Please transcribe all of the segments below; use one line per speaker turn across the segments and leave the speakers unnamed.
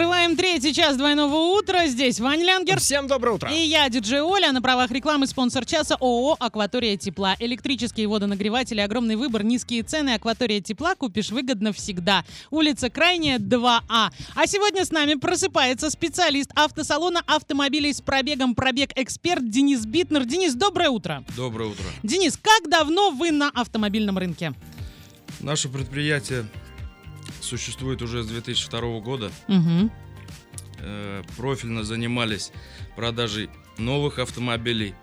Открываем третий час двойного утра. Здесь Ваня Лянгер.
Всем доброе утро.
И я, диджей Оля. На правах рекламы спонсор часа ООО «Акватория тепла». Электрические водонагреватели, огромный выбор, низкие цены. «Акватория тепла» купишь выгодно всегда. Улица Крайняя, 2А. А сегодня с нами просыпается специалист автосалона автомобилей с пробегом «Пробег-эксперт» Денис Битнер. Денис, доброе утро.
Доброе утро.
Денис, как давно вы на автомобильном рынке?
Наше предприятие существует уже с 2002 года.
Угу.
Профильно занимались продажей новых автомобилей.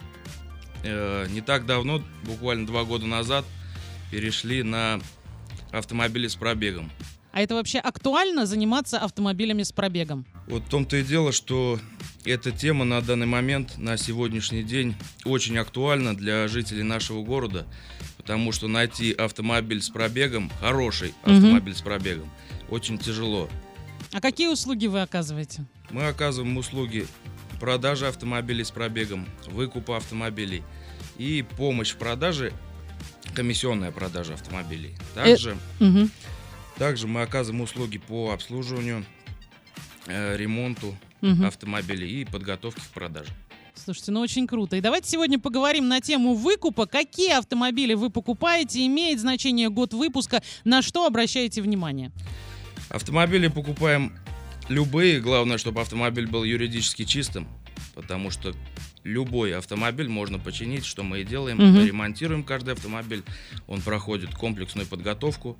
Не так давно, буквально 2 года назад, перешли на автомобили с пробегом.
А это вообще актуально заниматься автомобилями с пробегом?
Вот в том-то и дело, что эта тема на данный момент, на сегодняшний день, очень актуальна для жителей нашего города, потому что найти автомобиль с пробегом, хороший автомобиль с пробегом, очень тяжело.
А какие услуги вы оказываете?
Мы оказываем услуги продажи автомобилей с пробегом, выкупа автомобилей и помощь в продаже, комиссионная продажа автомобилей. Также мы оказываем услуги по обслуживанию, ремонту автомобилей и подготовке к продаже.
Слушайте, ну очень круто. И давайте сегодня поговорим на тему выкупа. Какие автомобили вы покупаете, имеет значение год выпуска, на что обращаете внимание?
Автомобили покупаем любые, главное, чтобы автомобиль был юридически чистым, потому что любой автомобиль можно починить, что мы и делаем. Мы ремонтируем каждый автомобиль, он проходит комплексную подготовку.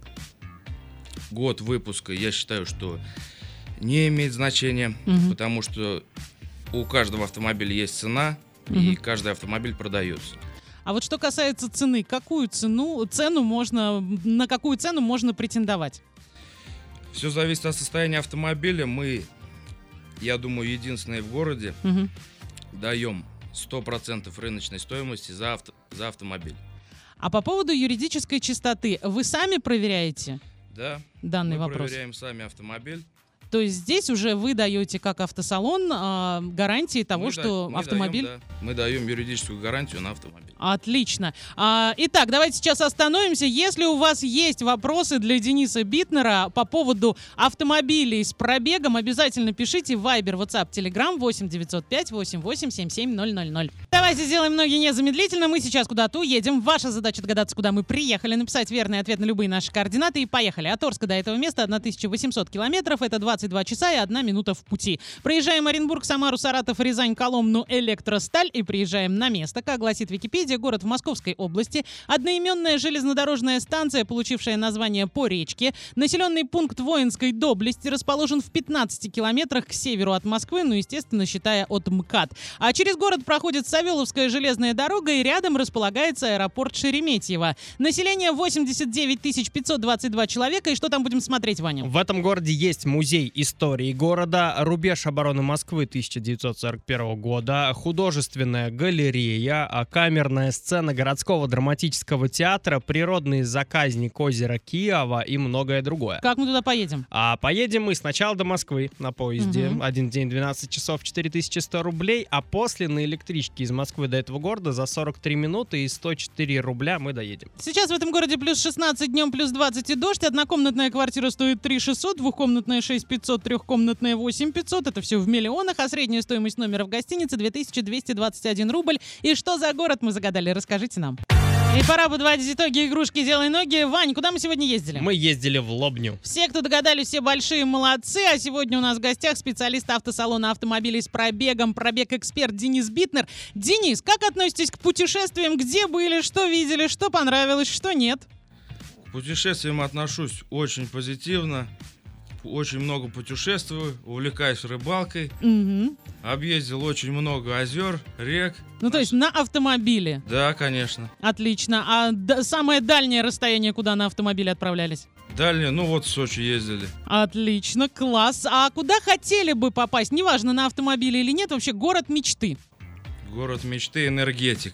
Год выпуска, я считаю, что не имеет значения, потому что у каждого автомобиля есть цена, и каждый автомобиль продается.
А вот что касается цены, на какую цену можно претендовать?
Все зависит от состояния автомобиля. Мы, я думаю, единственные в городе даем 100% рыночной стоимости за автомобиль.
А по поводу юридической чистоты, вы сами проверяете?
Да,
данный
мы
вопрос?
проверяем сами автомобиль.
То есть здесь уже вы даете как автосалон гарантии того, что автомобиль...
Мы даем юридическую гарантию на автомобиль.
Отлично. Итак, давайте сейчас остановимся. Если у вас есть вопросы для Дениса Битнера по поводу автомобилей с пробегом, обязательно пишите в Viber, WhatsApp, Telegram 8 905 88 77 000. Давайте сделаем ноги незамедлительно. Мы сейчас куда-то уедем. Ваша задача догадаться, куда мы приехали, написать верный ответ на любые наши координаты и поехали. От Орска до этого места 1800 километров. Это 22 часа и 1 минута в пути. Проезжаем Оренбург, Самару, Саратов, Рязань, Коломну, Электросталь и приезжаем на место. Как гласит Википедия, город в Московской области. Одноименная железнодорожная станция, получившая название по речке. Населенный пункт Воинской доблести расположен в 15 километрах к северу от Москвы, естественно, считая от МКАД. А через город проходит Савеловская железная дорога и рядом располагается аэропорт Шереметьево. Население 89 522 человека. И что там будем смотреть, Ваня?
В этом городе есть музей истории города, рубеж обороны Москвы 1941 года, художественная галерея, камерная сцена городского драматического театра, природный заказник озера Киева и многое другое.
Как мы туда поедем?
Поедем мы сначала до Москвы на поезде. Один день 12 часов 4100 рублей, а после на электричке из Москвы до этого города за 43 минуты и 104 рубля мы доедем.
Сейчас в этом городе плюс 16, днем плюс 20 и дождь. Однокомнатная квартира стоит 3 600, двухкомнатная 6 500, трехкомнатная 8 500. Это все в миллионах, а средняя стоимость номера в гостинице 2221 рубль. И что за город мы загадали? Расскажите нам. И пора подводить итоги игрушки «Делай ноги». Вань, куда мы сегодня ездили?
Мы ездили в Лобню.
Все, кто догадались, все большие молодцы. А сегодня у нас в гостях специалист автосалона автомобилей с пробегом, пробег-эксперт Денис Битнер. Денис, как относитесь к путешествиям? Где были, что видели, что понравилось, что нет?
К путешествиям отношусь очень позитивно. Очень много путешествую, увлекаюсь рыбалкой. Объездил очень много озер, рек.
То есть на автомобиле?
Да, конечно.
Отлично. А самое дальнее расстояние, куда на автомобиле отправлялись?
Дальнее, в Сочи ездили.
Отлично, класс. А куда хотели бы попасть? Неважно, на автомобиле или нет, вообще город мечты.
Город мечты, энергетик.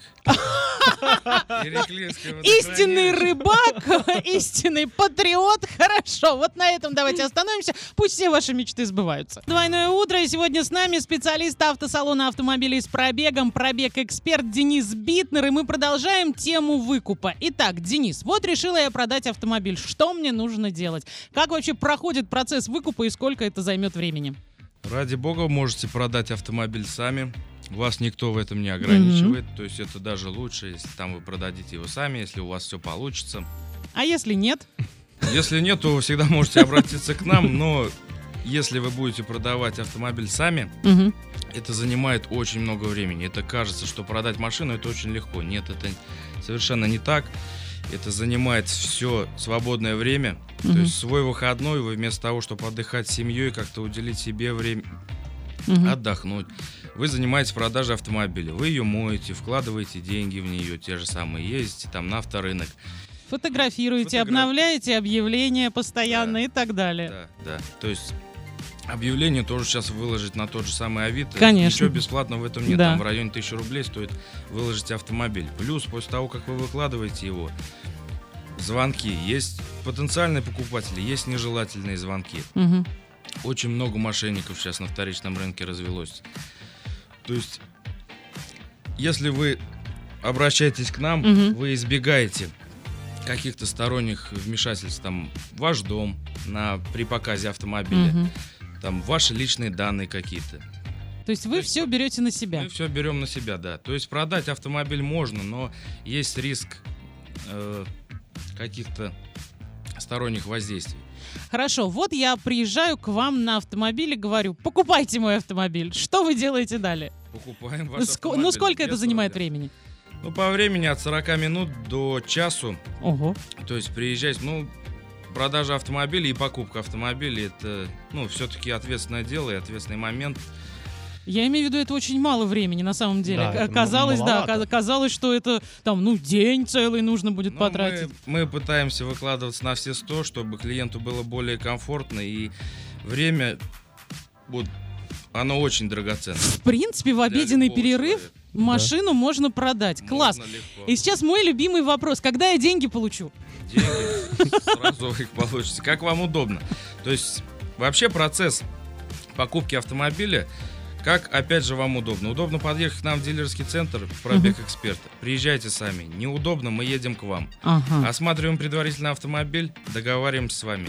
Истинный рыбак, истинный патриот. Хорошо, вот на этом давайте остановимся. Пусть все ваши мечты сбываются. Двойное утро, и сегодня с нами специалист автосалона автомобилей с пробегом, пробег-эксперт Денис Битнер, и мы продолжаем тему выкупа. Итак, Денис, вот решила я продать автомобиль. Что мне нужно делать? Как вообще проходит процесс выкупа и сколько это займет времени?
Ради бога, можете продать автомобиль сами. Вас никто в этом не ограничивает. То есть это даже лучше, если там вы продадите его сами, если у вас все получится.
А если нет?
Если нет, то вы всегда можете обратиться к нам, но если вы будете продавать автомобиль сами, это занимает очень много времени. Это кажется, что продать машину это очень легко. Нет, это совершенно не так. Это занимает все свободное время. То есть свой выходной вы вместо того, чтобы отдыхать с семьей, как-то уделить себе время, отдохнуть, вы занимаетесь продажей автомобиля. Вы ее моете, вкладываете деньги в нее, те же самые, ездите там на авторынок.
Фотографируете, обновляете объявления постоянно и так далее.
Да. То есть объявление тоже сейчас выложить на тот же самый Авито.
Конечно.
Ничего бесплатного в этом нет.
Да.
Там в районе 1000 рублей стоит выложить автомобиль. Плюс, после того, как вы выкладываете его, звонки. Есть потенциальные покупатели, есть нежелательные звонки. Очень много мошенников сейчас на вторичном рынке развелось. То есть, если вы обращаетесь к нам, вы избегаете каких-то сторонних вмешательств там, в ваш дом при показе автомобиля, там ваши личные данные какие-то.
То есть вы все берете на себя?
Мы все берем на себя, да. То есть продать автомобиль можно, но есть риск каких-то сторонних воздействий.
Хорошо, вот я приезжаю к вам на автомобиле, говорю, покупайте мой автомобиль. Что вы делаете далее?
Покупаем ваш автомобиль.
Ну сколько это занимает времени?
Ну, по времени от 40 минут до часу.
Ого.
То есть приезжать, продажа автомобиля и покупка автомобиля, это, все-таки ответственное дело и ответственный момент.
Я имею в виду, это очень мало времени на самом деле.
Да,
Казалось, что это там, день целый нужно будет потратить.
Мы пытаемся выкладываться на все 100, чтобы клиенту было более комфортно, и время, оно очень драгоценно.
В принципе, в обеденный перерыв машину можно продать. Класс. И сейчас мой любимый вопрос. Когда я деньги получу?
Деньги сразу их получите. Как вам удобно. То есть, вообще процесс покупки автомобиля, как, опять же, вам удобно. Удобно подъехать к нам в дилерский центр «Пробег Эксперта». Приезжайте сами. Неудобно, мы едем к вам. Осматриваем предварительно автомобиль, договариваемся с вами.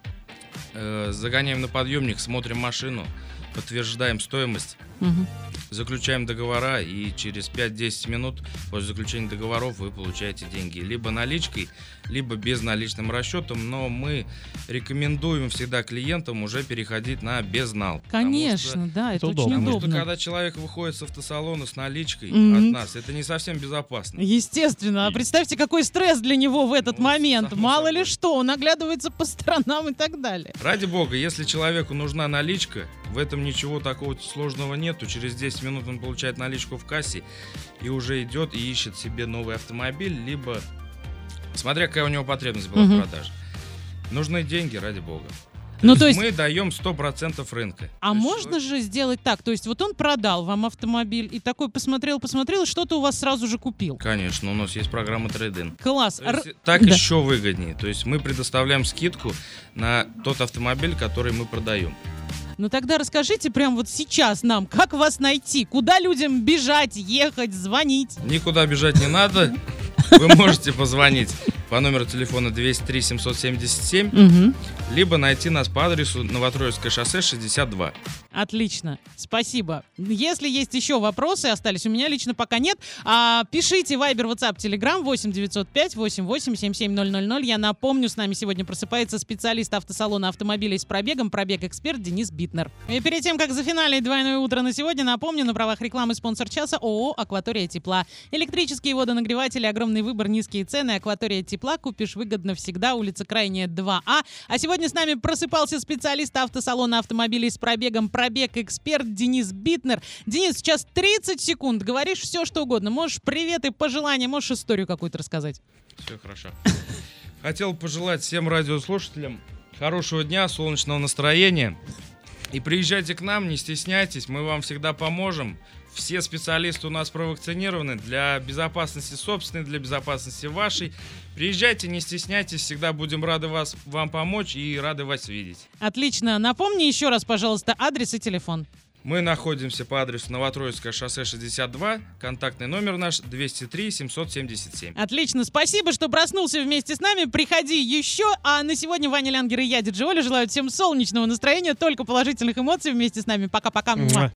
Загоняем на подъемник, смотрим машину, подтверждаем стоимость, заключаем договора, и через 5-10 минут после заключения договоров вы получаете деньги либо наличкой, либо безналичным расчетом, но мы рекомендуем всегда клиентам уже переходить на безнал.
Конечно, да, это очень удобно.
Потому что когда человек выходит с автосалона с наличкой от нас, это не совсем безопасно.
Естественно, а представьте, какой стресс для него в этот момент. Мало ли что, он оглядывается по сторонам и так далее.
Ради бога, если человеку нужна наличка, в этом ничего такого сложного нету. Через 10 минут он получает наличку в кассе и уже идет и ищет себе новый автомобиль, либо, смотря какая у него потребность была в продаже. Нужны деньги, ради бога. То есть мы даем 100% рынка.
А можно же сделать так? То есть вот он продал вам автомобиль и такой посмотрел, и что-то у вас сразу же купил?
Конечно, у нас есть программа трейд-ин.
Класс.
Так еще выгоднее. То есть мы предоставляем скидку на тот автомобиль, который мы продаем.
Ну тогда расскажите прямо вот сейчас нам, как вас найти? Куда людям бежать, ехать, звонить?
Никуда бежать не надо. Вы можете позвонить по номеру телефона 203 777, либо найти нас по адресу Новотроицкое шоссе 62.
Отлично, спасибо. Если есть еще вопросы остались, у меня лично пока нет, пишите Viber, WhatsApp, Telegram 8-905-88-77-000. Я напомню, с нами сегодня просыпается специалист автосалона автомобилей с пробегом «Пробег Эксперт» Денис Битнер. И перед тем, как зафиналить двойное утро на сегодня, напомню, на правах рекламы спонсор часа ООО «Акватория тепла». Электрические водонагреватели, огромный выбор, низкие цены. «Акватория тепла» купишь выгодно всегда, улица Крайняя, 2А. А сегодня с нами просыпался специалист автосалона автомобилей с пробегом «Пробег Эксперт» Денис Битнер. Денис, сейчас 30 секунд, говоришь все, что угодно. Можешь приветы, пожелания, можешь историю какую-то рассказать.
Все хорошо. Хотел пожелать всем радиослушателям хорошего дня, солнечного настроения. И приезжайте к нам, не стесняйтесь, мы вам всегда поможем. Все специалисты у нас провакцинированы для безопасности собственной, для безопасности вашей. Приезжайте, не стесняйтесь, всегда будем рады вам помочь и рады вас видеть.
Отлично. Напомни еще раз, пожалуйста, адрес и телефон.
Мы находимся по адресу Новотроицкое шоссе 62, контактный номер наш 203 777.
Отлично, спасибо, что проснулся вместе с нами. Приходи еще. А на сегодня Ваня Лянгер и я, Диджей Оля, желаю всем солнечного настроения, только положительных эмоций вместе с нами. Пока-пока.